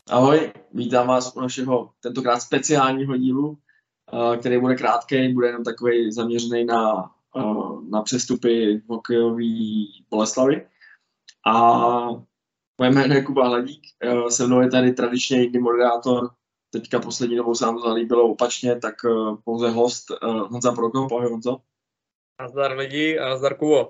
Ahoj, vítám vás u našeho tentokrát speciálního dílu, který bude krátký, bude jenom takový zaměřený na přestupy hokejový Boleslavy. A moje jméno je Kuba Hladík, se mnou je tady tradičně jiný moderátor, teďka poslední dobou se nám to zalíbilo opačně, tak pouze host Honza Prokop. Ahoj Honzo. Nazdar lidi a nazdar Kubo.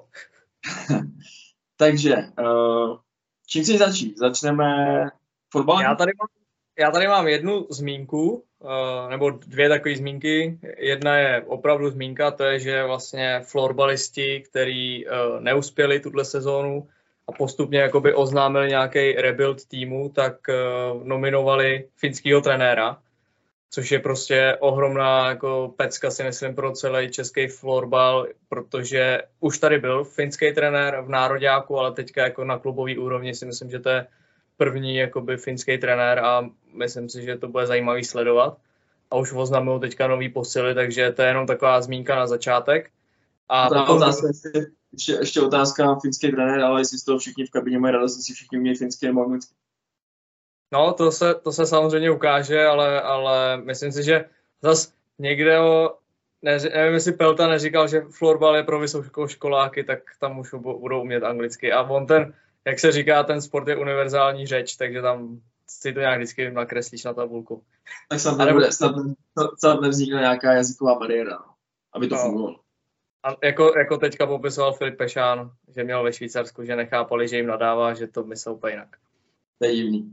Takže, čím chceš začít? Začneme fotbalem? Já tady mám jednu zmínku, nebo dvě takové zmínky. Jedna je opravdu zmínka, to je, že vlastně florbalisti, kteří neuspěli tuhle sezónu a postupně jakoby oznámili nějaký rebuild týmu, tak nominovali finského trenéra, což je prostě ohromná jako pecka, si myslím, pro celý český florbal, protože už tady byl finský trenér v nároďáku, ale teďka jako na klubový úrovni si myslím, že to je první jakoby finský trenér a myslím si, že to bude zajímavý sledovat. A už oznámil teďka nový posily, takže to je jenom taková zmínka na začátek. A potom ještě otázka finský trenér, ale jestli z toho všichni v kabině mají radost, jestli všichni mějí finský nebo anglický. No, to se samozřejmě ukáže, ale myslím si, že zase někde nevím, jestli Pelta neříkal, že florbal je pro vysokoškoláky, tak tam už budou umět anglicky. A on jak se říká, ten sport je univerzální řeč, takže tam si to nějak vždycky nakreslíš na tabulku. Tak snad nevznikne nějaká jazyková bariéra, aby to fungovalo. A jako teďka popisoval Filip Pešán, že měl ve Švýcarsku, že nechápali, že jim nadává, že to myslel úplně jinak. To je divný.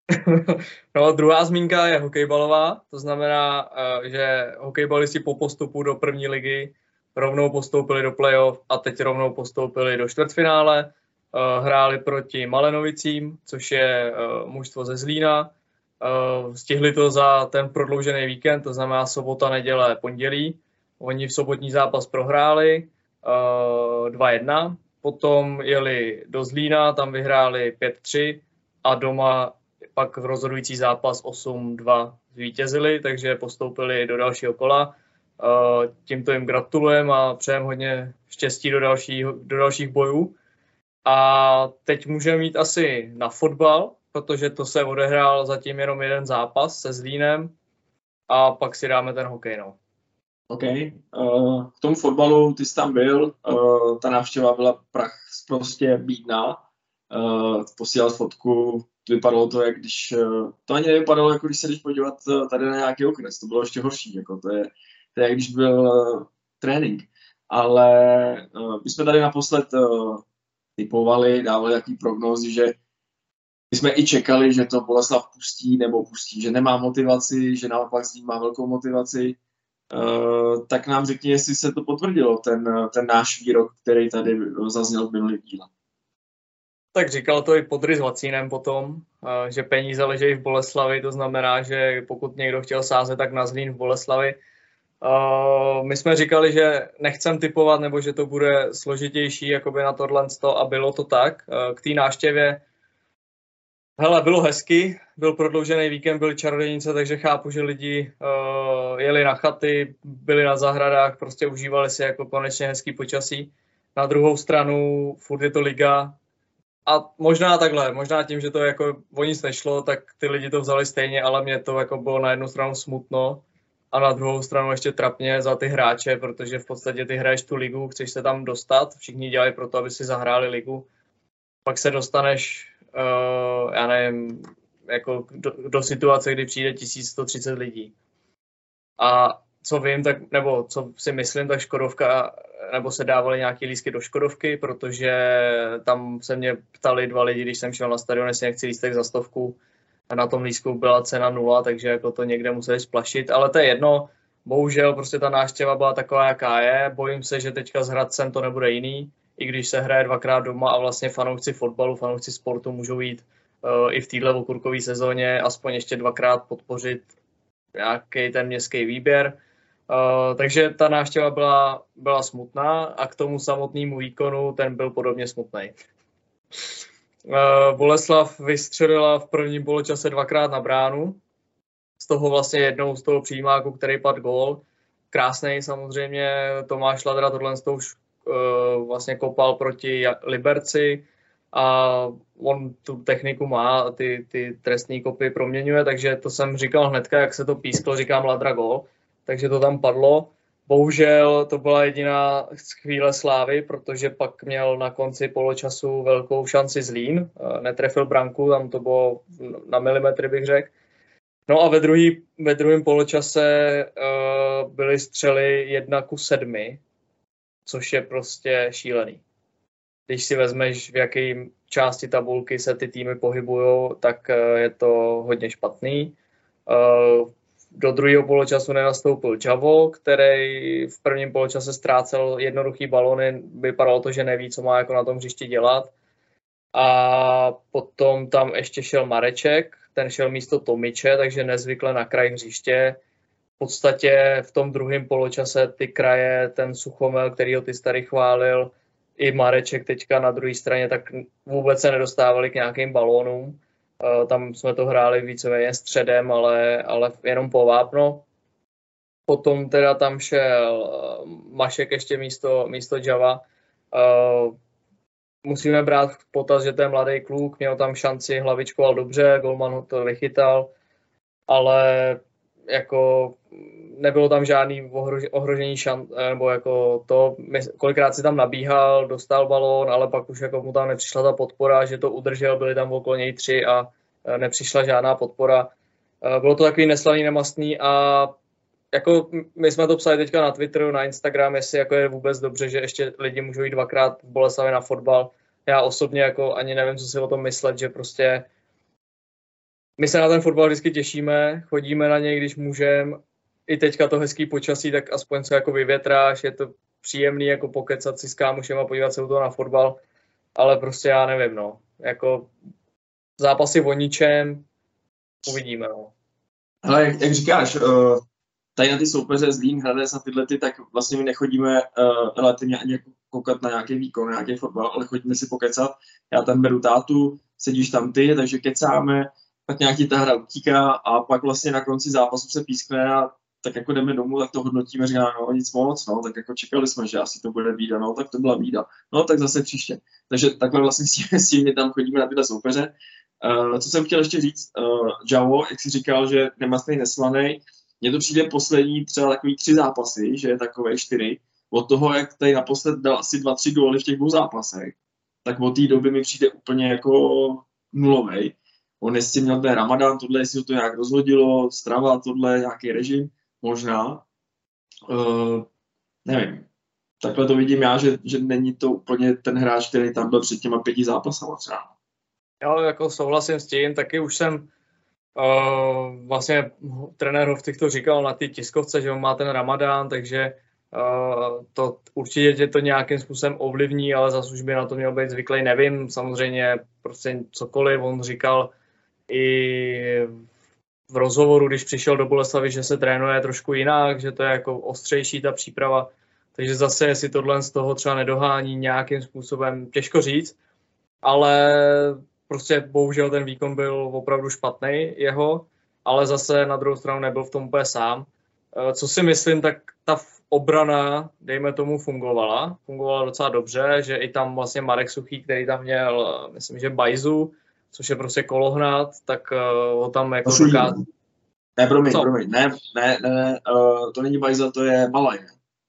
No, druhá zmínka je hokejbalová, to znamená, že hokejbalisti po postupu do první ligy rovnou postoupili do playoff a teď rovnou postoupili do čtvrtfinále. Hráli proti Malenovicím, což je mužstvo ze Zlína. Stihli to za ten prodloužený víkend, to znamená sobota, neděle, pondělí. Oni v sobotní zápas prohráli 2-1, potom jeli do Zlína, tam vyhráli 5-3 a doma pak v rozhodující zápas 8-2 zvítězili, takže postoupili do dalšího kola. Tímto jim gratulujeme a přejeme hodně štěstí do dalších bojů. A teď můžeme mít asi na fotbal, protože to se odehrál zatím jenom jeden zápas se Zlínem a pak si dáme ten hokej. No. OK. K tomu fotbalu ty jsi tam byl, ta návštěva byla prostě bídná. Posílal fotku, vypadalo to, jak když... To ani nevypadalo, jako když se jdeš podívat tady na nějaký okres, to bylo ještě horší, jako to je jak když byl trénink. Ale my jsme tady naposled typovali, dávali takový prognózy, že my jsme i čekali, že to Boleslav pustí, že nemá motivaci, že naopak s ním má velkou motivaci. Tak nám řekni, jestli se to potvrdilo, ten náš výrok, který tady zazněl v minulý díle. Tak říkal to i Podry s Vacínem potom, že peníze ležejí v Boleslavi, to znamená, že pokud někdo chtěl sázet, tak na Zlín v Boleslavi. My jsme říkali, že nechcem typovat, nebo že to bude složitější jakoby na tohle a bylo to tak. K té návštěvě, hele, bylo hezky, byl prodloužený víkend, byly čarodějnice, takže chápu, že lidi jeli na chaty, byli na zahradách, prostě užívali si jako konečně hezký počasí. Na druhou stranu furt je to liga a možná tím, že to jako o nic nešlo, tak ty lidi to vzali stejně, ale mě to jako bylo na jednu stranu smutno a na druhou stranu ještě trapně za ty hráče, protože v podstatě ty hraješ tu ligu, chceš se tam dostat, všichni dělají pro to, aby si zahráli ligu, pak se dostaneš, já nevím, jako do situace, kdy přijde 1130 lidí. A co vím, nebo co si myslím, tak Škodovka, nebo se dávaly nějaký lístky do Škodovky, protože tam se mě ptali 2 lidi, když jsem šel na stadion, jestli nechci lístek za 100 a na tom lístku byla cena 0, takže jako to někde museli splašit, ale to je jedno, bohužel prostě ta návštěva byla taková, jaká je, bojím se, že teďka s Hradcem to nebude jiný, i když se hraje 2krát doma a vlastně fanoušci fotbalu, fanoušci sportu můžou jít i v téhle okurkové sezóně aspoň ještě 2krát podpořit nějaký ten městský výběr. Takže ta návštěva byla smutná a k tomu samotnému výkonu ten byl podobně smutný. Boleslav vystřelila v prvním poločase 2krát na bránu. Z toho vlastně jednou z toho přijímáku, který padl gól. Krásnej samozřejmě, Tomáš Ladra tohle už vlastně kopal proti Liberci a on tu techniku má a ty trestní kopy proměňuje, takže to jsem říkal hnedka, jak se to písklo, říkám Ladra gól, takže to tam padlo. Bohužel to byla jediná chvíle slávy, protože pak měl na konci poločasu velkou šanci Zlín, netrefil branku, tam to bylo na milimetry, bych řekl. No a ve druhém poločase byly střely 1:7, což je prostě šílený. Když si vezmeš, v jaké části tabulky se ty týmy pohybujou, tak je to hodně špatný. Do druhého poločasu nenastoupil Javo, který v prvním poločase ztrácel jednoduchý balony, vypadalo to, že neví, co má jako na tom hřišti dělat. A potom tam ještě šel Mareček, ten šel místo Tomiče, takže nezvykle na kraj hřiště. V podstatě v tom druhém poločase ty kraje, ten Suchomel, kterýho ty tady chválil, i Mareček teďka na druhé straně, tak vůbec se nedostávali k nějakým balónům. Tam jsme to hráli víceméně středem, ale jenom po vápno. Potom teda tam šel Mašek ještě místo Java. Musíme brát v potaz, že ten mladý kluk měl tam šanci, hlavičkoval dobře, golman ho to vychytal, ale jako nebylo tam žádný ohrožení nebo jako to, kolikrát si tam nabíhal, dostal balón, ale pak už jako mu tam nepřišla ta podpora, že to udržel, byli tam okolo něj 3 a nepřišla žádná podpora. Bylo to takový neslavný, nemastný a jako my jsme to psali teďka na Twitteru, na Instagram, jestli jako je vůbec dobře, že ještě lidi můžou jít 2krát v Boleslavi na fotbal. Já osobně jako ani nevím, co si o tom myslet, že prostě my se na ten fotbal vždycky těšíme, chodíme na něj, když můžeme. I teďka to hezký počasí, tak aspoň se jako vyvětráš, je to příjemný jako pokecat si s kámošem a podívat se u toho na fotbal, ale prostě já nevím, no. Jako zápasy o ničem, uvidíme, no. Ale jak říkáš, tady na ty soupeře Zlín, Hradec a tyhle, tak vlastně my nechodíme relativně ani jako koukat na nějaký výkon, na nějaký fotbal, ale chodíme si pokecat. Já tam beru tátu, sedíš tam ty, takže kecáme, pak nějaký ta hra utíká a pak vlastně na konci zápasu se pískne a tak jako jdeme domů, tak to hodnotíme, říkáme, no nic moc, no, tak jako čekali jsme, že asi to bude bída, no, tak to byla bída, no, tak zase příště. Takže takhle vlastně s tím tam chodíme na tyhle soupeře. Co jsem chtěl ještě říct, Javo, jak jsi říkal, že nemastný, neslanej, mně to přijde poslední třeba takový 3 zápasy, že je takové 4, od toho, jak tady naposled dal asi 2-3 góly v těch 2 zápasech, tak od té doby mi přijde úplně jako nulovej. On jestli měl ten Ramadán, tohle, jestli to nějak rozhodilo, strava, tohle, nějaký režim, možná. Nevím. Takhle to vidím já, že není to úplně ten hráč, který tam byl před těma 5 zápasama třeba. Jo, jako souhlasím s tím, taky už jsem vlastně trenér Hovcik to říkal na ty tiskovce, že on má ten Ramadán, takže to určitě tě to nějakým způsobem ovlivní, ale zase už by na to měl být zvyklý, nevím, samozřejmě prostě cokoliv, on říkal i v rozhovoru, když přišel do Boleslavy, že se trénuje trošku jinak, že to je jako ostřejší ta příprava, takže zase jestli tohle z toho třeba nedohání nějakým způsobem, těžko říct, ale prostě bohužel ten výkon byl opravdu špatný jeho, ale zase na druhou stranu nebyl v tom úplně sám. Co si myslím, tak ta obrana, dejme tomu, fungovala docela dobře, že i tam vlastně Marek Suchý, který tam měl, myslím, že Bajzu, což je prostě kolohnat, tak ho tam jako dokázal. Ne, promiň, ne, to není Bajza, to je Balaj.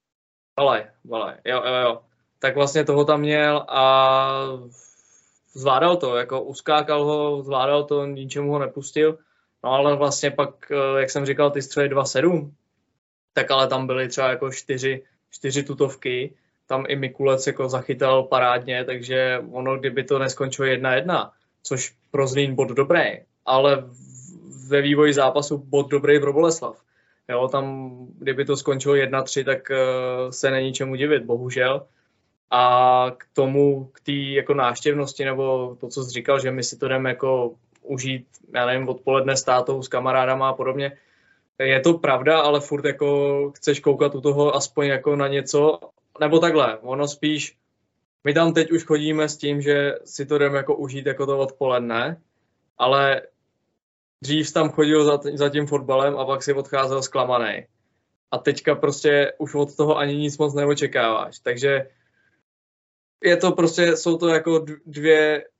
Balaj, jo. Tak vlastně toho tam měl a zvládal to, jako uskákal ho, zvládal to, ničemu ho nepustil, no ale vlastně pak, jak jsem říkal, ty střely 2-7, tak ale tam byly třeba jako 4 tutovky, tam i Mikulec jako zachytal parádně, takže ono, kdyby to neskončilo 1-1, což pro Zlín bod dobrý, ale ve vývoji zápasu bod dobrý pro Boleslav. Jo, tam, kdyby to skončilo 1-3, tak se není čemu divit, bohužel. A k té jako návštěvnosti, nebo to, co jsi říkal, že my si to jdeme jako užít, já nevím, odpoledne s tátou, s kamarádama a podobně. Je to pravda, ale furt jako chceš koukat u toho aspoň jako na něco, nebo takhle, ono spíš, my tam teď už chodíme s tím, že si to jdeme jako užít jako to odpoledne, ale dřív tam chodil za tím fotbalem a pak si odcházel zklamaný. A teďka prostě už od toho ani nic moc neočekáváš, takže je to prostě, jsou to jako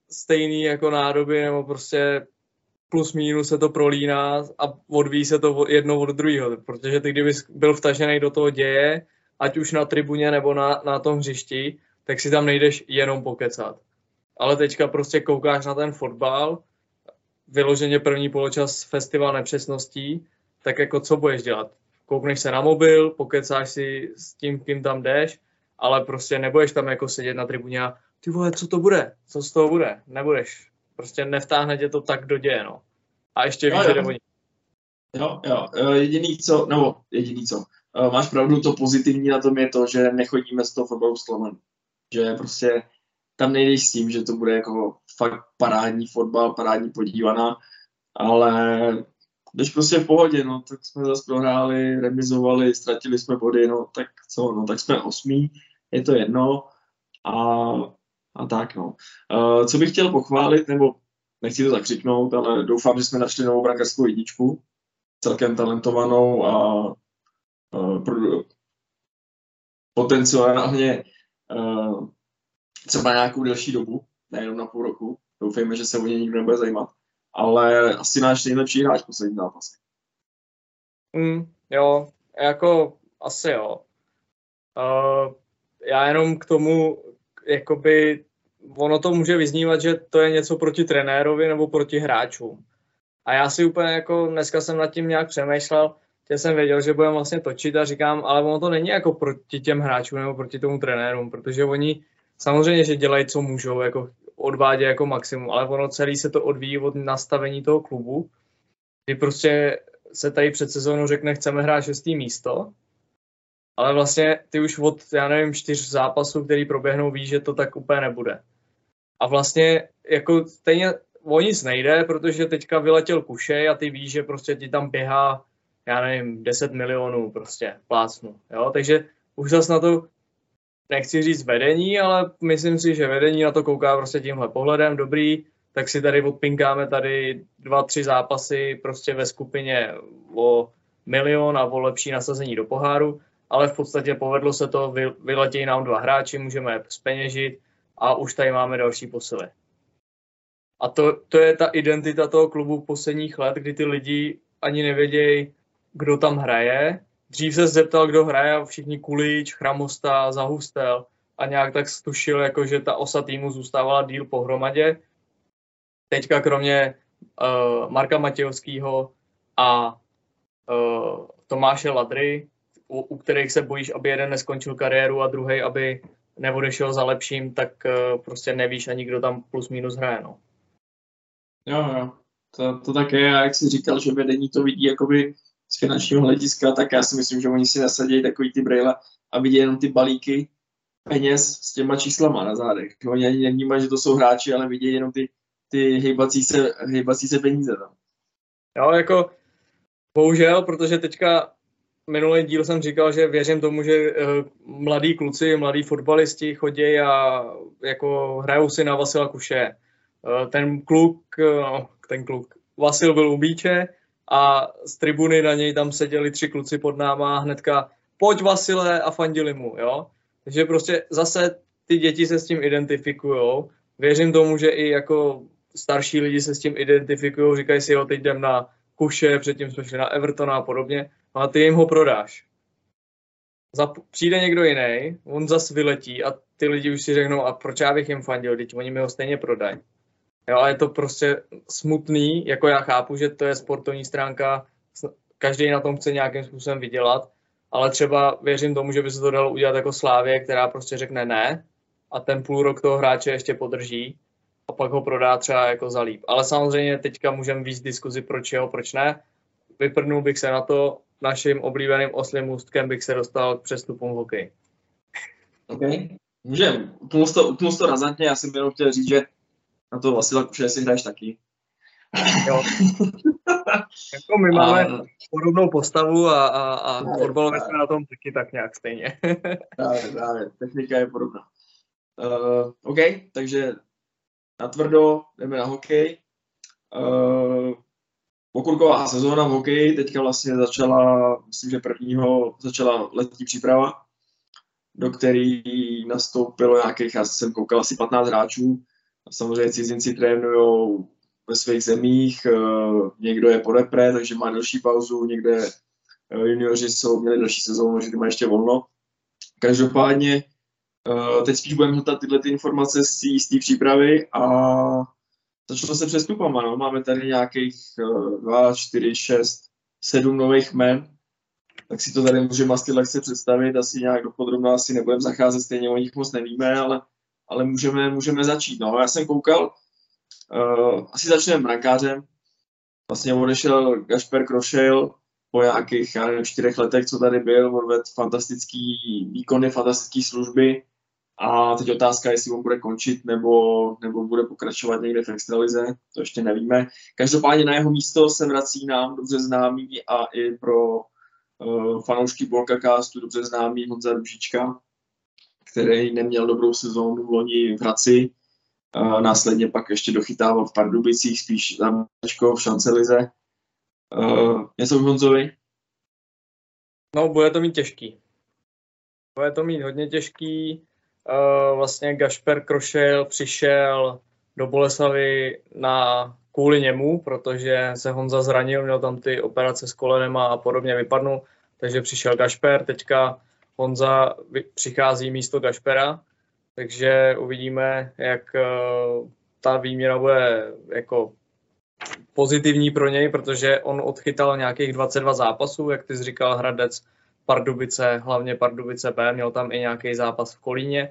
stejný jako nádoby, nebo prostě plus minus se to prolíná a odvíjí se to jedno od druhého, protože ty kdyby byl vtažený do toho děje, ať už na tribuně nebo na tom hřišti, tak si tam nejdeš jenom pokecat. Ale teďka prostě koukáš na ten fotbal, vyloženě první poločas festival nepřesností, tak jako co budeš dělat? Koukneš se na mobil, pokecáš si s tím, kým tam jdeš, ale prostě nebudeš tam jako sedět na tribuně a ty vole, co to bude? Co z toho bude? Nebudeš. Prostě nevtáhne tě to tak do děje, no. A ještě víc, že jde o ní. Jo. Jediný co. Máš pravdu, to pozitivní na tom je to, že nechodíme z toho fotbalu zklamaný. Že prostě tam nejdeš s tím, že to bude jako fakt parádní fotbal, parádní podívaná, ale když prostě v pohodě, no, tak jsme zase prohráli, remizovali, ztratili jsme body, no, tak co, no, tak jsme 8, je to jedno a tak, no. Co bych chtěl pochválit, nebo nechci to zakřiknout, ale doufám, že jsme našli novou brankářskou jedničku, celkem talentovanou a potenciálně třeba nějakou delší dobu, nejenom na půl roku. Doufejme, že se o ně nikdo nebude zajímat. Ale asi náš nejlepší hráč poslední zápas. Jo, jako asi jo. Já jenom k tomu, jakoby, ono to může vyznívat, že to je něco proti trenérovi nebo proti hráčům. A já si úplně jako, dneska jsem nad tím nějak přemýšlel, že jsem věděl, že budeme vlastně točit a říkám, ale ono to není jako proti těm hráčům nebo proti tomu trenérům, protože oni samozřejmě, že dělají, co můžou, jako odvádějí jako maximum, ale ono celý se to odvíjí od nastavení toho klubu, kdy prostě se tady před sezónou řekne, chceme hrát 6. místo, ale vlastně ty už od, já nevím, 4 zápasů, který proběhnou, víš, že to tak úplně nebude. A vlastně jako stejně o nic nejde, protože teďka vyletěl Kušej a ty víš, že prostě ti tam běhá, já nevím, 10 milionů prostě plácnu, jo, takže už zase na to nechci říct vedení, ale myslím si, že vedení na to kouká prostě tímhle pohledem, dobrý, tak si tady odpinkáme tady 2-3 zápasy prostě ve skupině o milion a o lepší nasazení do poháru, ale v podstatě povedlo se to, vyletějí nám 2 hráči, můžeme je zpeněžit a už tady máme další posily. A to je ta identita toho klubu posledních let, kdy ty lidi ani nevědějí, kdo tam hraje. Dřív se zeptal, kdo hraje a všichni Kulič, Chramosta, Zahustel a nějak tak stušil, jako že ta osa týmu zůstávala díl pohromadě. Teďka kromě Marka Matějovského a Tomáše Ladry, u kterých se bojíš, aby jeden neskončil kariéru a druhý, aby neodešel za lepším, tak prostě nevíš ani, kdo tam plus minus hraje. No. Jo. To také, jak jsi říkal, že vedení to vidí jakoby z finančního hlediska, tak já si myslím, že oni si nasadí takový ty brejle a vidí jenom ty balíky peněz s těma číslama na zádech. Oni ani nevnímají, že to jsou hráči, ale vidí jenom ty hejbací se peníze tam. Jo, jako bohužel, protože teďka minulý díl jsem říkal, že věřím tomu, že mladí kluci, mladí fotbalisti chodí a jako hrajou si na Vasila Kuše. Ten kluk, Vasil byl u Bíče a z tribuny na něj tam seděli 3 kluci pod náma hnedka pojď Vasile a fandili mu, jo. Takže prostě zase ty děti se s tím identifikujou. Věřím tomu, že i jako starší lidi se s tím identifikují, říkají si, jo, teď jdem na Kuše, předtím jsme šli na Evertona a podobně, ale ty jim ho prodáš. Přijde někdo jiný, on zas vyletí a ty lidi už si řeknou, a proč já bych jim fandil, teď oni mi ho stejně prodají. Jo, a je to prostě smutný, jako já chápu, že to je sportovní stránka, každý na tom chce nějakým způsobem vydělat, ale třeba věřím tomu, že by se to dalo udělat jako Slávě, která prostě řekne ne a ten půl rok toho hráče ještě podrží a pak ho prodá třeba jako za líp. Ale samozřejmě teďka můžeme víc diskuzi, proč jo, proč ne. Vyprdnul bych se na to, naším oblíbeným oslým můstkem bych se dostal k přestupům v hokeji. OK, můžeme. Utnul to razantně, já jsem jenom chtěl říct, že na to Vasila Kuše si hraješ taky. Jo. Jako my máme podobnou postavu a fotbalově jsme na tom taky tak nějak stejně. Právě. Technika je podobná. OK, takže natvrdo jdeme na hokej. Okurková sezóna v hokeji teďka vlastně začala, myslím, že začala letní příprava, do který nastoupilo nějakých, já jsem koukal, asi 15 hráčů. Samozřejmě cizinci trénují ve svých zemích, někdo je po repre, takže má delší pauzu, někde junioři měli další sezónu, že ty mají ještě volno. Každopádně teď spíš budeme hledat tyhle ty informace z té přípravy a začalo se přestupama. No. Máme tady nějakých 2, 4, 6, 7 nových men, tak si to tady můžeme asi lehce představit, asi nějak dopodrobně asi nebudeme zacházet, stejně o nich moc nevíme, ale můžeme začít. No. Já jsem koukal, asi začneme brankářem. Vlastně odešel Gašper Krošejl po nějakých, 4 letech, co tady byl, odvedl fantastický výkony, fantastické služby a teď otázka, jestli on bude končit nebo bude pokračovat někde v extralize, to ještě nevíme. Každopádně na jeho místo se vrací nám dobře známý a i pro fanoušky Bolkacastu dobře známý Honza Růžička, který neměl dobrou sezónu v loni v Hradci. Následně pak ještě dochytával v Pardubicích, spíš zámečko v Šancelize. Něco k Honzovi? No, bude to mít těžký. Bude to mít hodně těžký. Vlastně Gašper Krošejl přišel do Boleslavy kvůli němu, protože se Honza zranil, měl tam ty operace s kolenem a podobně, vypadnul, takže přišel Gašper, teďka Honza přichází místo Gašpera, takže uvidíme, jak ta výměna bude jako pozitivní pro něj, protože on odchytal nějakých 22 zápasů, jak ty jsi říkal, Hradec, Pardubice, hlavně Pardubice B, měl tam i nějaký zápas v Kolíně.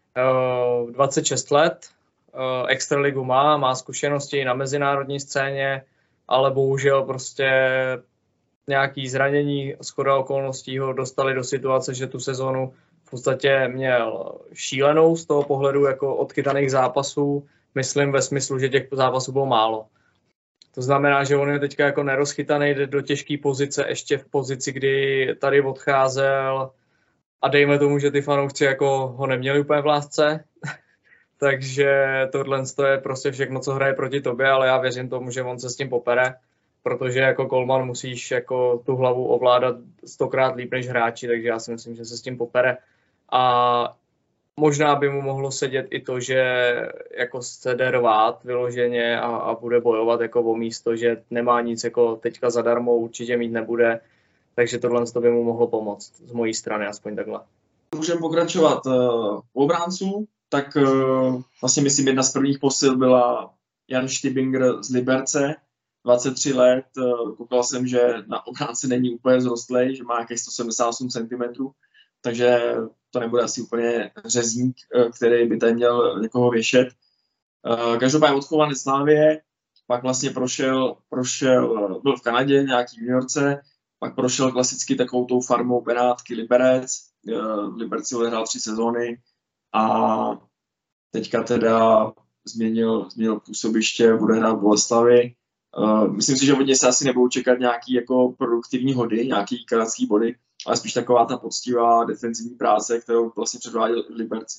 26 let, extraligu má zkušenosti i na mezinárodní scéně, ale bohužel prostě nějaký zranění, shoda okolností ho dostali do situace, že tu sezonu v podstatě měl šílenou z toho pohledu jako odchytaných zápasů, myslím ve smyslu, že těch zápasů bylo málo. To znamená, že on je teďka jako nerozchytaný, jde do těžké pozice, ještě v pozici, kdy tady odcházel a dejme tomu, že ty fanoušci jako ho neměli úplně v lásce, takže tohle je prostě všechno, co hraje proti tobě, ale já věřím tomu, že on se s tím popere, protože jako golman musíš jako tu hlavu ovládat 100krát líp než hráči, takže já si myslím, že se s tím popere a možná by mu mohlo sedět i to, že jako se jde rvát vyloženě a bude bojovat jako o místo, že nemá nic jako teďka zadarmo, určitě mít nebude, takže tohle by mu mohlo pomoct z mojí strany, aspoň takhle. Můžeme pokračovat u obránců, tak vlastně myslím, jedna z prvních posil byla Jan Štybinger z Liberce, 23 let, koukal jsem, že na obránce není úplně vzrostlej, že má nějakých 178 cm, takže to nebude asi úplně řezník, který by tady měl někoho věšet. Každopádně odchovaný Slávě, pak vlastně byl v Kanadě, nějaký juniorce, pak prošel klasicky takovou tou farmou Benátky Liberec, v Liberci odehrál 3 sezóny a teďka teda změnil působiště, bude hrát v Boleslavi. Myslím si, že od něj se asi nebudou čekat nějaký jako produktivní hody, nějaký kanadský body, ale spíš taková ta poctivá defenzivní práce, kterou vlastně předváděl v Liberci.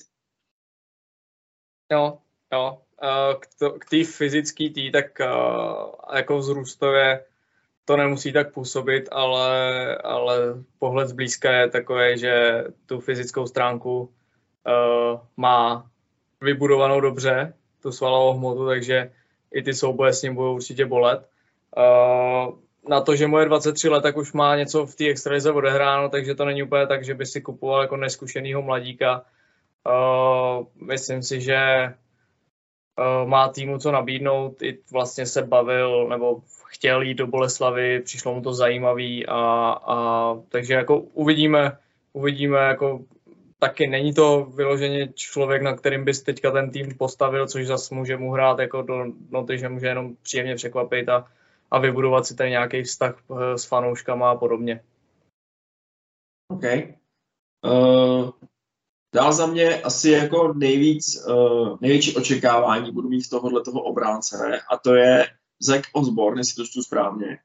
Jo. K té fyzické tak jako vzrůstově to nemusí tak působit, ale pohled zblízka je takový, že tu fyzickou stránku má vybudovanou dobře, tu svalovou hmotu, takže i ty souboje s ním budou určitě bolet. Na to, že mu je 23 let, tak už má něco v té extralize odehráno, takže to není úplně tak, že by si kupoval jako neskušenýho mladíka. Myslím si, že má týmu co nabídnout, i vlastně se bavil nebo chtěl jít do Boleslavy, přišlo mu to zajímavý takže jako uvidíme jako taky není to vyloženě člověk, na kterým bys teďka ten tým postavil, což zase může mu hrát jako do noty, že může jenom příjemně překvapit a vybudovat si tady nějaký vztah s fanouškama a podobně. OK. Dál za mě asi jako největší očekávání budu mít tohoto obránce a to je Zach Osborne, jestli to čtu správně.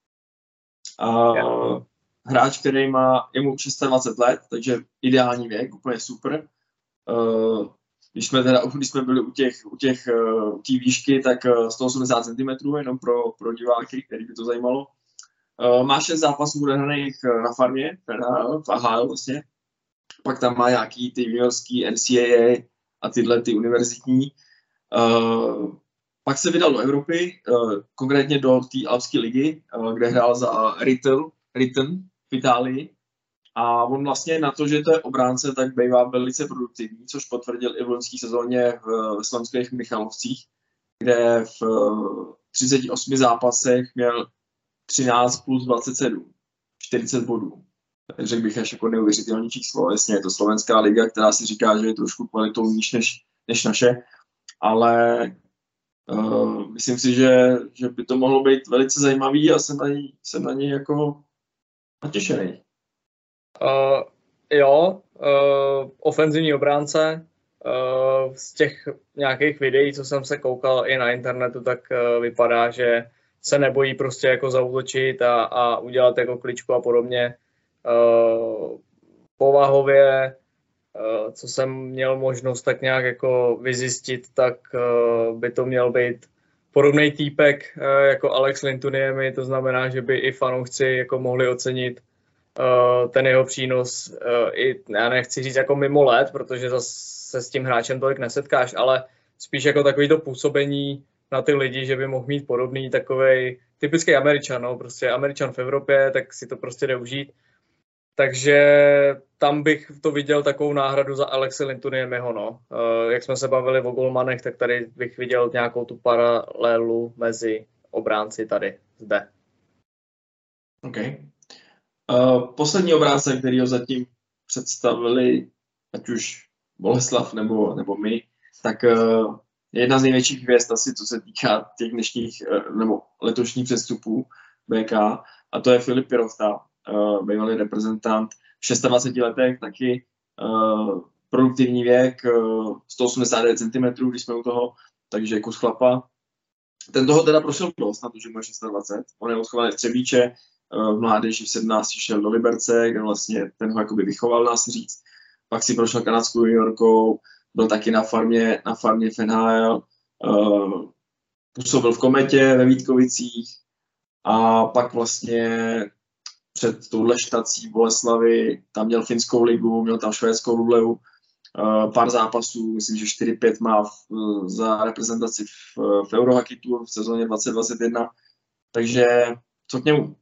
Hráč, který je mu 26 let, takže ideální věk, úplně super. Když jsme byli u té výšky, tak 180 cm, jenom pro diváky, který by to zajímalo. Má 6 zápasů odehraných na farmě, v AHL vlastně. Pak tam má nějaký ty juniorský NCAA a tyhle ty univerzitní. Pak se vydal do Evropy, konkrétně do té Alpské ligy, kde hrál za Ritten v Itálii. A on vlastně na to, že to je obránce, tak bývá velice produktivní, což potvrdil i v loňské sezóně v Slanských Michalovcích, kde v 38 zápasech měl 13 plus 27, 40 bodů. Takže bych až jako neuvěřitelný číslo. Jasně, je to slovenská liga, která si říká, že je trošku kvalitou níž než naše, ale myslím si, že by to mohlo být velice zajímavý a jsem na něj jako natěšený. Ofenzivní obránce. Z těch nějakých videí, co jsem se koukal i na internetu, tak vypadá, že se nebojí prostě jako zaútočit a udělat jako kličku a podobně. Povahově, co jsem měl možnost tak nějak jako vyzjistit, tak by to měl být podobný týpek jako Alex Lintuniemi, to znamená, že by i fanoušci jako mohli ocenit ten jeho přínos, já nechci říct jako mimo let, protože se s tím hráčem tolik nesetkáš, ale spíš jako takový to působení na ty lidi, že by mohl mít podobný takovej typický Američan, no, prostě Američan v Evropě, tak si to prostě jde užít. Takže tam bych to viděl takovou náhradu za Alexe Lintuniemiho, no. Jak jsme se bavili o golmanech, tak tady bych viděl nějakou tu paralelu mezi obránci tady, zde. OK. Poslední obránce, který ho zatím představili, ať už Boleslav nebo my, tak je jedna z největších hvězd asi, co se týká těch dnešních nebo letošních přestupů BK, a to je Filip Pirochta, bývalý reprezentant, v 26 letech, taky produktivní věk, 189 cm, když jsme u toho, takže kus chlapa. Ten toho teda prošel dost na to, že mu je 26. On je odchovaný v Třebíče, v mládeži v 17 šel do Liberce, kde vlastně ten ho jakoby vychoval, dá se říct. Pak si prošel kanadskou juniorkou, byl taky na farmě v NHL, působil v Kometě ve Vítkovicích a pak vlastně před touhle štací Boleslavy, tam měl finskou ligu, měl tam švédskou Lulevu, pár zápasů, myslím, že 4-5 má za reprezentaci v Eurohockey Tour v sezóně 2021, takže co k němu?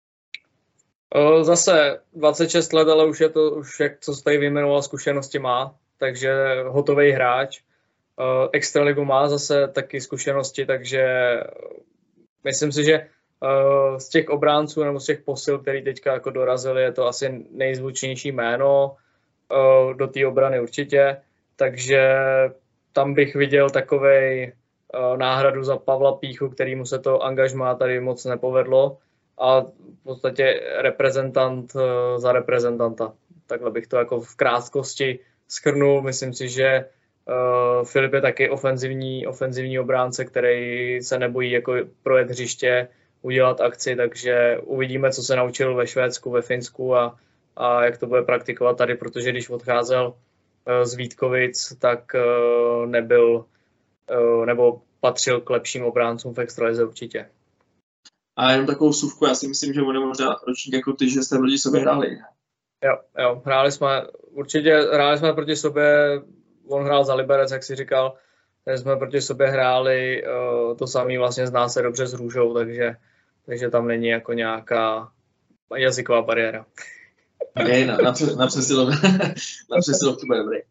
Zase 26 let, ale už je to, už jak co jste vyjmenoval, zkušenosti má, takže hotový hráč. Extraligu má zase taky zkušenosti, takže myslím si, že z těch obránců nebo z těch posil, který teďka jako dorazili, je to asi nejzvučnější jméno do té obrany určitě, takže tam bych viděl takovej náhradu za Pavla Píchu, kterýmu se to angažmá tady moc nepovedlo, a v podstatě reprezentant za reprezentanta. Takhle bych to jako v krátkosti shrnul. Myslím si, že Filip je taky ofenzivní obránce, který se nebojí jako projet hřiště, udělat akci, takže uvidíme, co se naučil ve Švédsku, ve Finsku a jak to bude praktikovat tady, protože když odcházel z Vítkovic, tak nebyl nebo patřil k lepším obráncům v extralize určitě. A jenom takovou suvku, já si myslím, že on je možná ročník jako ty, že jste proti sobě hráli. Jo, hráli jsme proti sobě, on hrál za Liberec, jak si říkal, takže jsme proti sobě hráli, to samý vlastně zná se dobře s Růžou, takže tam není jako nějaká jazyková bariéra. Okay, na přesilovku bude dobrý.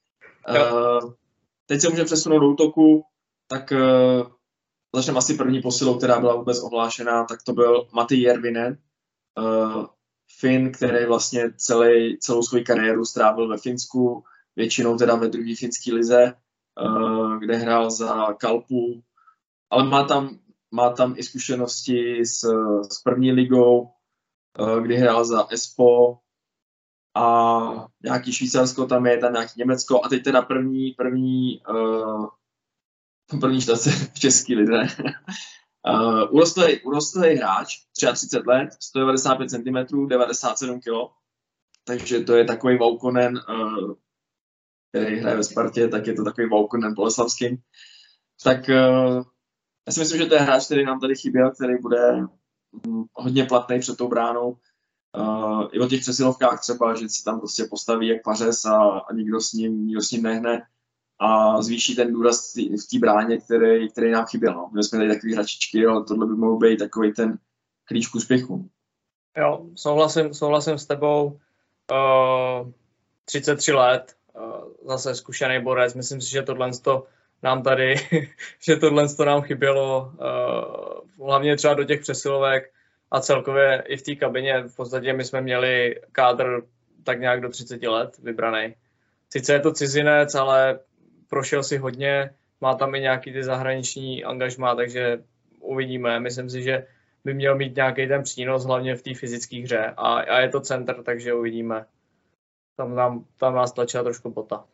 Teď se můžeme přesunout do útoku, tak začneme asi první posilou, která byla vůbec ohlášená, tak to byl Matti Järvinen, Fin, který vlastně celou svou kariéru strávil ve Finsku, většinou teda ve druhé finské lize, kde hrál za Kalpu, ale má tam i zkušenosti s první ligou, kdy hrál za Espoo a nějaký Švýcarsko tam je, tam nějaký Německo a teď teda první štace v české lize. Urostlý hráč, 33 let, 195 cm, 97 kg, takže to je takový Vaukonen, který hraje ve Spartě, tak je to takový Vaukonen boleslavský. Tak já si myslím, že to je hráč, který nám tady chyběl, který bude hodně platný před tou bránou. I o těch přesilovkách třeba, že si tam prostě postaví jak pařez a nikdo s ním nehne. a zvýší ten důraz v té bráně, který nám chyběl. No. Měli jsme tady takový hračičky, ale tohle by mohl být takový ten klíč k úspěchu. Jo, souhlasím s tebou. 33 let, zase zkušený borec. Myslím si, že tohle nám tady, že tohle nám chybělo, hlavně třeba do těch přesilovek a celkově i v té kabině. V podstatě my jsme měli kádr tak nějak do 30 let vybraný. Sice je to cizinec, ale prošel si hodně, má tam i nějaký ty zahraniční angažmá, takže uvidíme. Myslím si, že by měl mít nějaký ten přínos, hlavně v té fyzické hře. A je to centr, takže uvidíme. Tam nás tlačila trošku pota.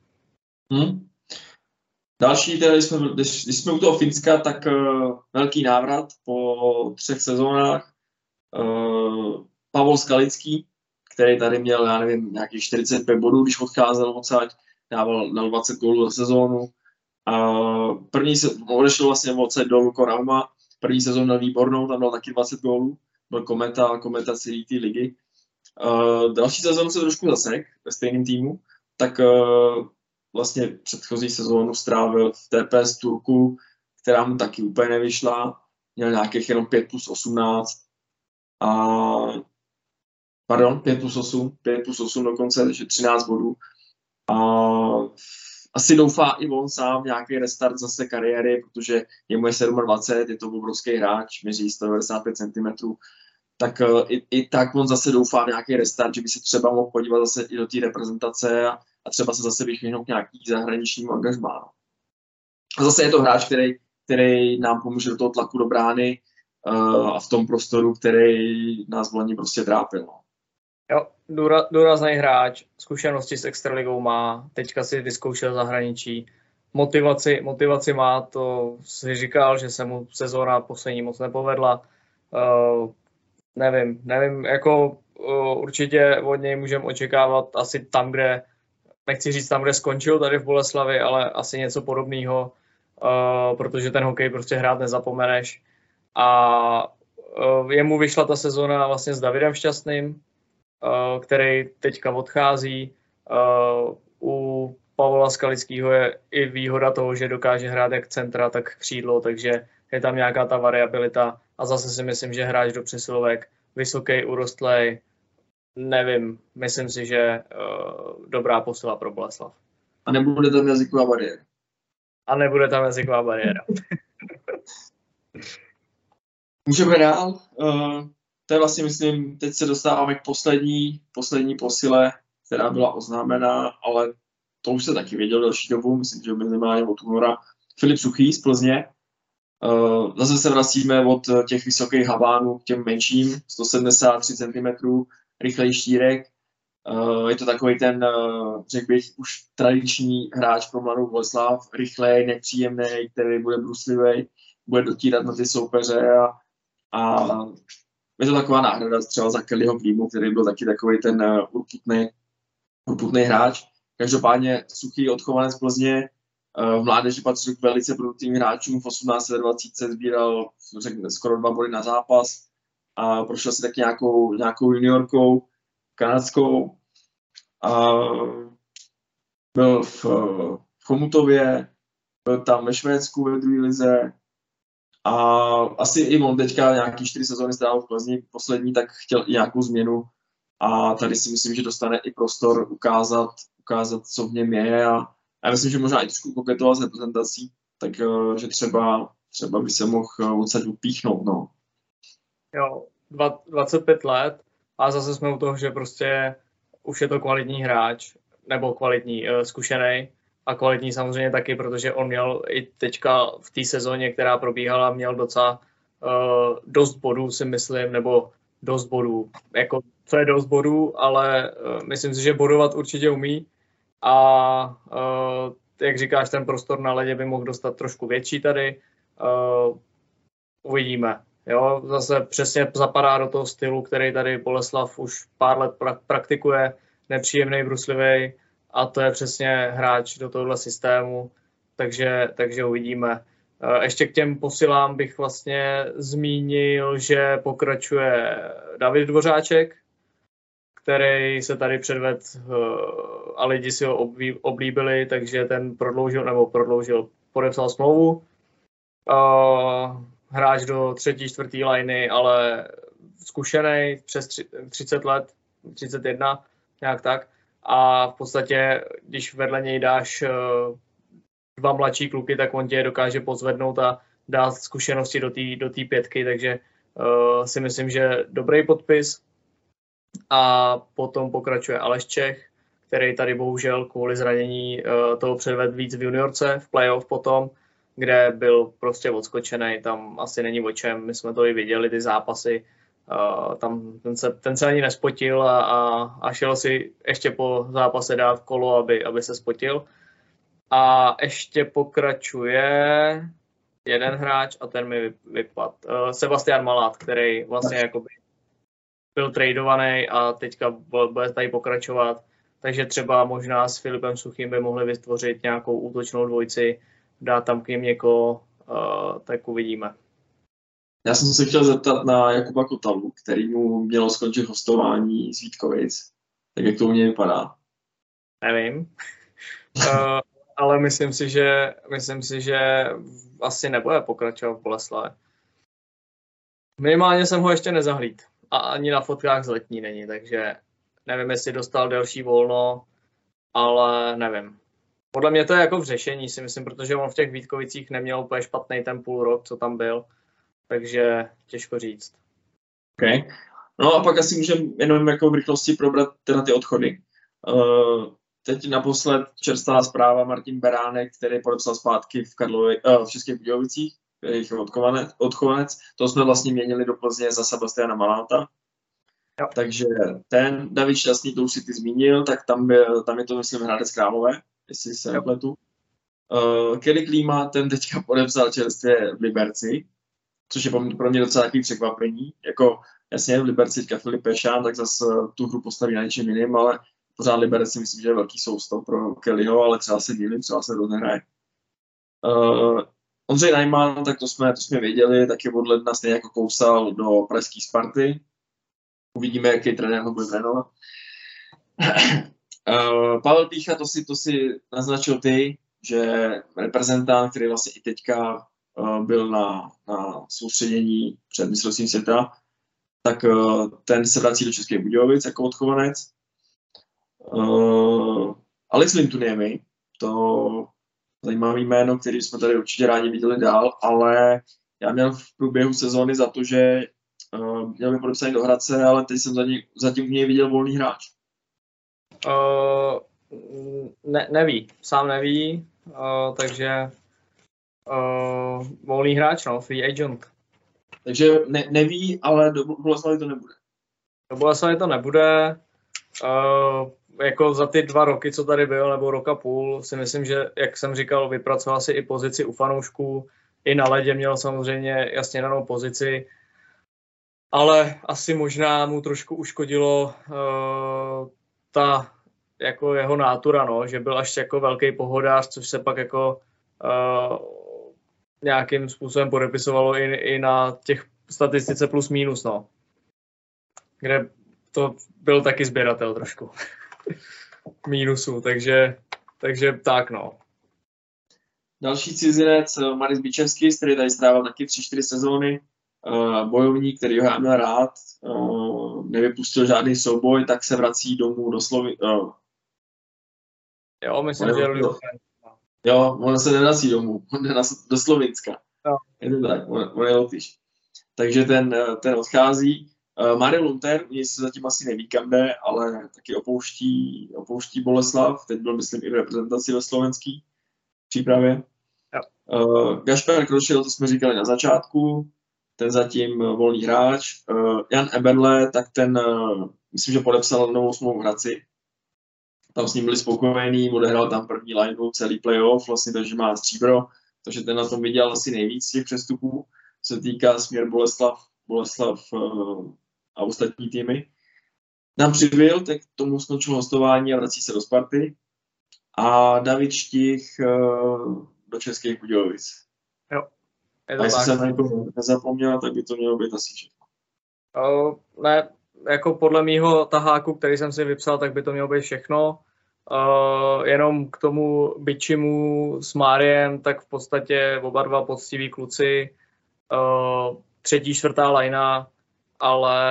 Další, když jsme u toho Finska, tak velký návrat po 3 sezónách. Pavol Skalický, který tady měl, já nevím, nějakých 45 bodů, když odcházel odsaď, dal 20 gólů za sezónu. První se odešel vlastně odsaď do Luko Rauma. První sezónu měl výbornou, tam dal taky 20 gólů. Byl kometa celé té ligy. Další sezónu se trošku zasek ve stejném týmu, tak vlastně předchozí sezónu strávil v TPS Turku, která mu taky úplně nevyšla. Měl nějakých jenom 5+18. 5+8 dokonce, takže 13 bodů. Asi doufá i on sám nějaký restart zase kariéry, protože jemu je 27, je to obrovský hráč, měří 195 cm. Tak i tak on zase doufá nějaký restart, že by se třeba mohl podívat zase i do té reprezentace a třeba se zase vychvihnout nějaký zahraničnímu angažmá. A zase je to hráč, který nám pomůže do toho tlaku do brány a v tom prostoru, který nás v loni prostě trápil. No. Jo, důrazný hráč, zkušenosti s extraligou má, teďka si vyzkoušel zahraničí, motivaci má, to si říkal, že se mu sezóna poslední moc nepovedla. Nevím, jako určitě od něj můžeme očekávat asi tam, kde, nechci říct tam, kde skončil tady v Boleslavi, ale asi něco podobného, protože ten hokej prostě hrát nezapomeneš. A jemu vyšla ta sezóna vlastně s Davidem Šťastným, který teďka odchází. U Pavla Skalického je i výhoda toho, že dokáže hrát jak centra, tak křídlo, takže je tam nějaká ta variabilita. A zase si myslím, že hráč do přesilovek, vysoký, urostlej, nevím, myslím si, že dobrá posila pro Boleslav. A nebude tam jazyková bariéra. Můžeme dál. To je vlastně, myslím, teď se dostáváme k poslední posile, která byla oznámena, ale to už se taky věděl další dobu, myslím, že minimálně od února. Filip Suchý z Plzně. Zase se vracíme od těch vysokých havánů k těm menším, 173 cm, rychlej štírek. Je to takový ten, řekl bych, už tradiční hráč pro mladou Boleslav, rychlej, nepříjemný, který bude bruslivý, bude dotírat na ty soupeře a je to taková náhrada třeba za Kellyho Klímu, který byl taky takový ten urputný hráč. Každopádně Suchý odchovanec z Plzně, v mládeži patřil k velice produktivním hráčům, v 18-20 sbíral skoro 2 body na zápas a prošel si taky nějakou juniorkou kanadskou. Byl v Chomutově, byl tam ve Švédsku ve druhé lize a asi i on teďka nějaký 4 sezóny strávil v Plzni, poslední, tak chtěl i nějakou změnu a tady si myslím, že dostane i prostor ukázat, co v něm je a já myslím, že možná i trošku koketoval s reprezentací, takže třeba by se mohl odsaď upíchnout. No. Jo, 25 let a zase jsme u toho, že prostě už je to kvalitní hráč, nebo kvalitní, zkušený a kvalitní samozřejmě taky, protože on měl i teďka v té sezóně, která probíhala, měl docela dost bodů, si myslím, nebo dost bodů, jako co je dost bodů, ale myslím si, že bodovat určitě umí a jak říkáš, ten prostor na ledě by mohl dostat trošku větší tady. Uvidíme. Jo, zase přesně zapadá do toho stylu, který tady Boleslav už pár let praktikuje, nepříjemný, bruslivý a to je přesně hráč do tohohle systému, takže uvidíme. Ještě k těm posilám bych vlastně zmínil, že pokračuje David Dvořáček, který se tady předvedl a lidi si ho oblíbili, takže ten podepsal smlouvu. Hráč do 3., 4. liny, ale zkušený, přes 30 let, 31, nějak tak. A v podstatě, když vedle něj dáš 2 mladší kluky, tak on tě dokáže pozvednout a dát zkušenosti do té 5, takže si myslím, že dobrý podpis. A potom pokračuje Aleš Čech, který tady bohužel kvůli zranění toho předvedl víc v juniorce, v playoff potom, kde byl prostě odskočený, tam asi není o čem, my jsme to i viděli, ty zápasy, tam ten se ani nespotil a šel si ještě po zápase dát kolo, aby se spotil. A ještě pokračuje jeden hráč a ten mi vypadl. Sebastian Malát, který vlastně jakoby byl tradovaný a teďka bude tady pokračovat. Takže třeba možná s Filipem Suchým by mohli vytvořit nějakou útočnou dvojici, dát tam k ním někoho, tak uvidíme. Já jsem se chtěl zeptat na Jakuba Kotalu, který mu mělo skončit hostování z Vítkovic. Tak jak to u něj vypadá? Nevím. Ale myslím si, že asi nebude pokračovat v Boleslavi. Minimálně jsem ho ještě nezahlíd. A ani na fotkách z letní není, takže nevím, jestli dostal delší volno, ale nevím. Podle mě to je jako v řešení, si myslím, protože on v těch Vítkovicích neměl úplně špatný ten půl rok, co tam byl, takže těžko říct. Okay. No a pak asi můžeme jenom jako v rychlosti probrat teda ty odchody. Teď naposled čerstvá zpráva Martin Beránek, který podepsal zpátky v Českých Budějovicích, který je odchovanec. To jsme vlastně měnili do Plzně za Sebastiana Maláta. Jo. Takže ten David Šťastný, to už si ty zmínil, tak tam je to, myslím, Hradec Králové, jestli se nepletu. Kelly Klíma, ten teďka podepsal čerstvě v Liberci, což je pro mě docela takový překvapení. Jako jasně v Liberci teďka Filip Pešán, tak zase tu hru postaví na něčem jiným, ale pořád Liberec si myslím, že je velký soustav pro Kellyho, ale třeba se mýlím, třeba se rozehraje. Ondřej Najman, tak to jsme věděli, taky od ledna stejně jako kousal do pražské Sparty. Uvidíme, jaký trenér ho bude trénovat. Pavel Pícha, to si naznačil ty, že reprezentant, který vlastně i teďka byl na soustředění před mistrovstvím světa, tak ten se vrací do Českých Budějovic jako odchovanec. Alex Lintuniemi, to zajímavý jméno, který jsme tady určitě rádi viděli dál, ale já měl v průběhu sezóny za to, že měl by podepsaný do Hradce, ale teď jsem zatím v něj viděl volný hráč. Neví, sám neví, takže volný hráč, no, free agent. Takže neví, ale do Boleslavy to nebude. Do Boleslavy to nebude. Jako za ty 2 roky, co tady byl, nebo rok a půl, si myslím, že, jak jsem říkal, vypracoval si i pozici u fanoušků. I na ledě měl samozřejmě jasně danou pozici. Ale asi možná mu trošku uškodilo ta jako jeho nátura, no, že byl až jako velký pohodář, což se pak jako nějakým způsobem podepisovalo i na těch statistice plus minus, no. Kde to byl taky sběratel trošku mínusu, takže tak, no. Další cizinec, Maris Bičevský, který tady strávil taky 3-4 sezóny, bojovník, který ho já měl rád, nevypustil žádný souboj, tak se vrací domů do Jo, myslím, že Jo, on se nevrací domů, on jde do Slovinska. Jo. Je to tak, on je Lotyš. Takže ten odchází. Mario Lunter, u něj se zatím asi neví, kam jde, ale taky opouští Boleslav. Teď byl, myslím, i v reprezentaci ve slovenský přípravě. Gašper Krošil, to jsme říkali na začátku, ten zatím volný hráč. Jan Eberle, tak ten, myslím, že podepsal novou smlouvu v Hradci. Tam s ním byli spokojení, odehrál tam první lineu, celý playoff, vlastně takže má stříbro, takže ten na tom viděl asi nejvíc těch přestupů, co se týká směr Boleslav a ostatní týmy. Nám přibyl, tak tomu skončilo hostování a vrací se do Sparty. A David Štich do Českých Budějovic. Jo. A jestli jsem na někoho nezapomněl, tak by to mělo být asi všechno. Ne, jako podle mýho taháku, který jsem si vypsal, tak by to mělo být všechno. Jenom k tomu Bičimu s Máriem, tak v podstatě oba dva poctiví kluci, třetí, čtvrtá lajna, ale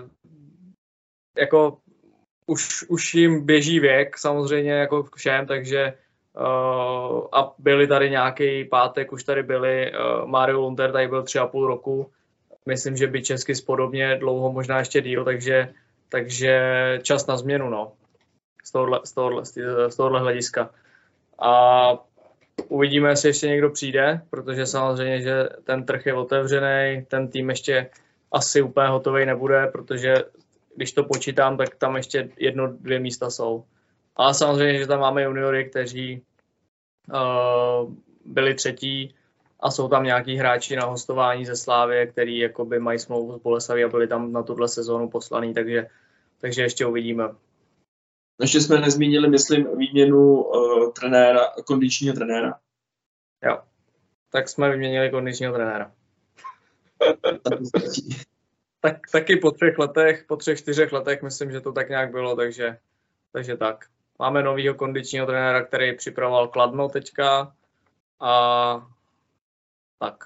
jako už jim běží věk, samozřejmě jako všem, takže a byli tady nějaký pátek, už tady byli, Mario Lunter tady byl 3,5 roku, myslím, že by česky podobně dlouho, možná ještě díl, takže čas na změnu, no, z tohohle hlediska. A uvidíme, jestli ještě někdo přijde, protože samozřejmě, že ten trh je otevřený, ten tým ještě asi úplně hotový nebude, protože když to počítám, tak tam ještě 1-2 místa jsou. Ale samozřejmě, že tam máme juniory, kteří byli třetí a jsou tam nějaký hráči na hostování ze Slávie, který jakoby mají smlouvu s Boleslaví a byli tam na tuhle sezónu poslaný, takže ještě uvidíme. Ještě jsme nezmínili, myslím, výměnu kondičního trenéra. Jo, tak jsme vyměnili kondičního trenéra. Taky po 3-4 letech, myslím, že to tak nějak bylo, takže tak. Máme novýho kondičního trenéra, který připravoval Kladno teďka a tak.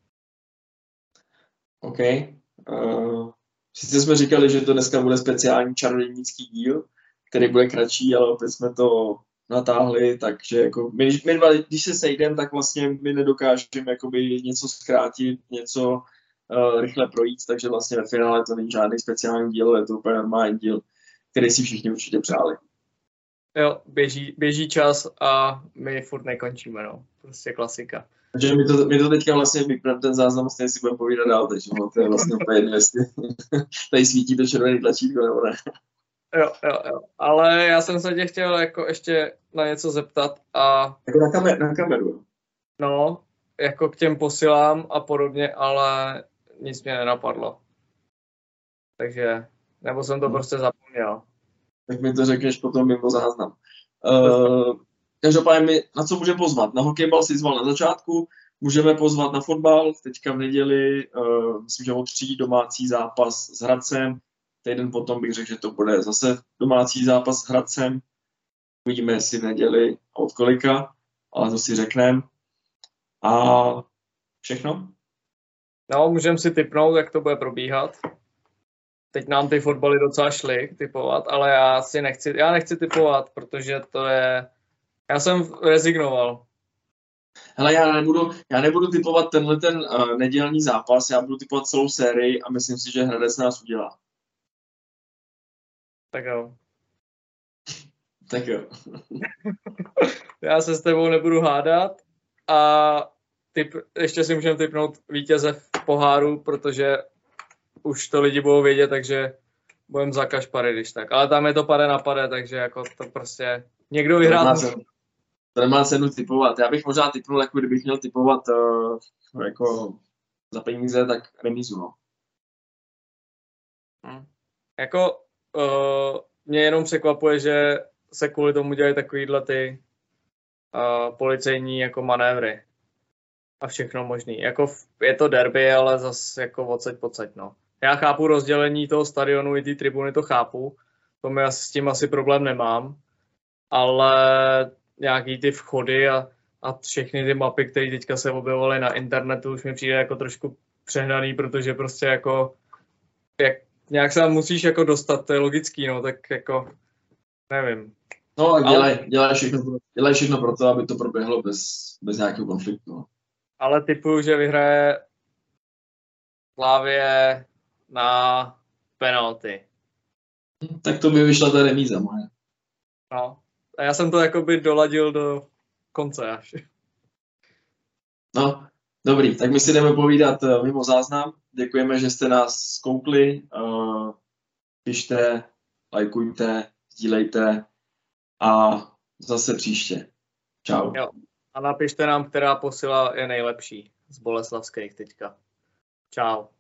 OK. Sice jsme říkali, že to dneska bude speciální čarodějnický díl, který bude kratší, ale opět jsme to natáhli, takže jako my dva, když se sejdeme, tak vlastně my nedokážeme jakoby něco zkrátit, něco rychle projít, takže vlastně ve finále to není žádný speciální díl, je to úplně normální díl, který si všichni určitě přáli. Jo, běží čas a my furt nekončíme, no. Prostě klasika. Takže my to teďka vlastně vypneme ten záznam, vlastně si budeme povídat dál, takže no, to je vlastně úplně jedno, jestli tady svítí to červený tlačítko nebo ne. Jo. Ale já jsem se tě chtěl jako ještě na něco zeptat a... Jako na kameru. No, jako k těm posilám a podobně, ale nic mě nenapadlo. Takže, nebo jsem to prostě zapomněl. Tak mi to řekneš potom mimo záznam. Každopádně na co můžeme pozvat? Na hokejbal si zval na začátku, můžeme pozvat na fotbal, teďka v neděli, myslím, že o 3 domácí zápas s Hradcem, týden potom bych řekl, že to bude zase domácí zápas s Hradcem, uvidíme, jestli v neděli a od kolika, ale to si řekneme. A všechno? No, můžeme si tipnout, jak to bude probíhat. Teď nám ty fotbaly docela šly tipovat, ale já nechci tipovat, protože to je... Já jsem rezignoval. Hele, já nebudu tipovat tenhle nedělní zápas, já budu tipovat celou sérii a myslím si, že Hradec nás udělá. Tak jo. Tak jo. Já se s tebou nebudu hádat a ještě si můžeme tipnout vítěze v poháru, protože už to lidi budou vědět, takže budeme za kašpary, když tak. Ale tam je to pade na pade, takže jako to prostě někdo vyhrál. To nemá cenu tipovat. Já bych možná tipnul, jako kdybych měl tipovat jako za peníze, tak remízu, no. Jako mě jenom překvapuje, že se kvůli tomu dělají takovýhle ty policejní jako manévry a všechno možný. Jako je to derby, ale zase jako odsaď pocať, no. Já chápu rozdělení toho stadionu i té tribuny, to chápu. To mi s tím asi problém nemám. Ale nějaký ty vchody a všechny ty mapy, které teďka se objevovaly na internetu, už mi přijde jako trošku přehnaný, protože prostě jako nějak se tam musíš jako dostat, to je logický, no, tak jako nevím. No a dělaj všechno pro to, aby to proběhlo bez nějakého konfliktu. No. Ale typuju, že vyhraje Slavie na penalty. Tak to by vyšla ta remíza moje. No. A já jsem to jakoby doladil do konce až. No, dobrý, tak my si jdeme povídat mimo záznam. Děkujeme, že jste nás zkoukli. Pište, lajkujte, sdílejte a zase příště. Čau. Jo. A napište nám, která posila je nejlepší z boleslavských teďka. Čau.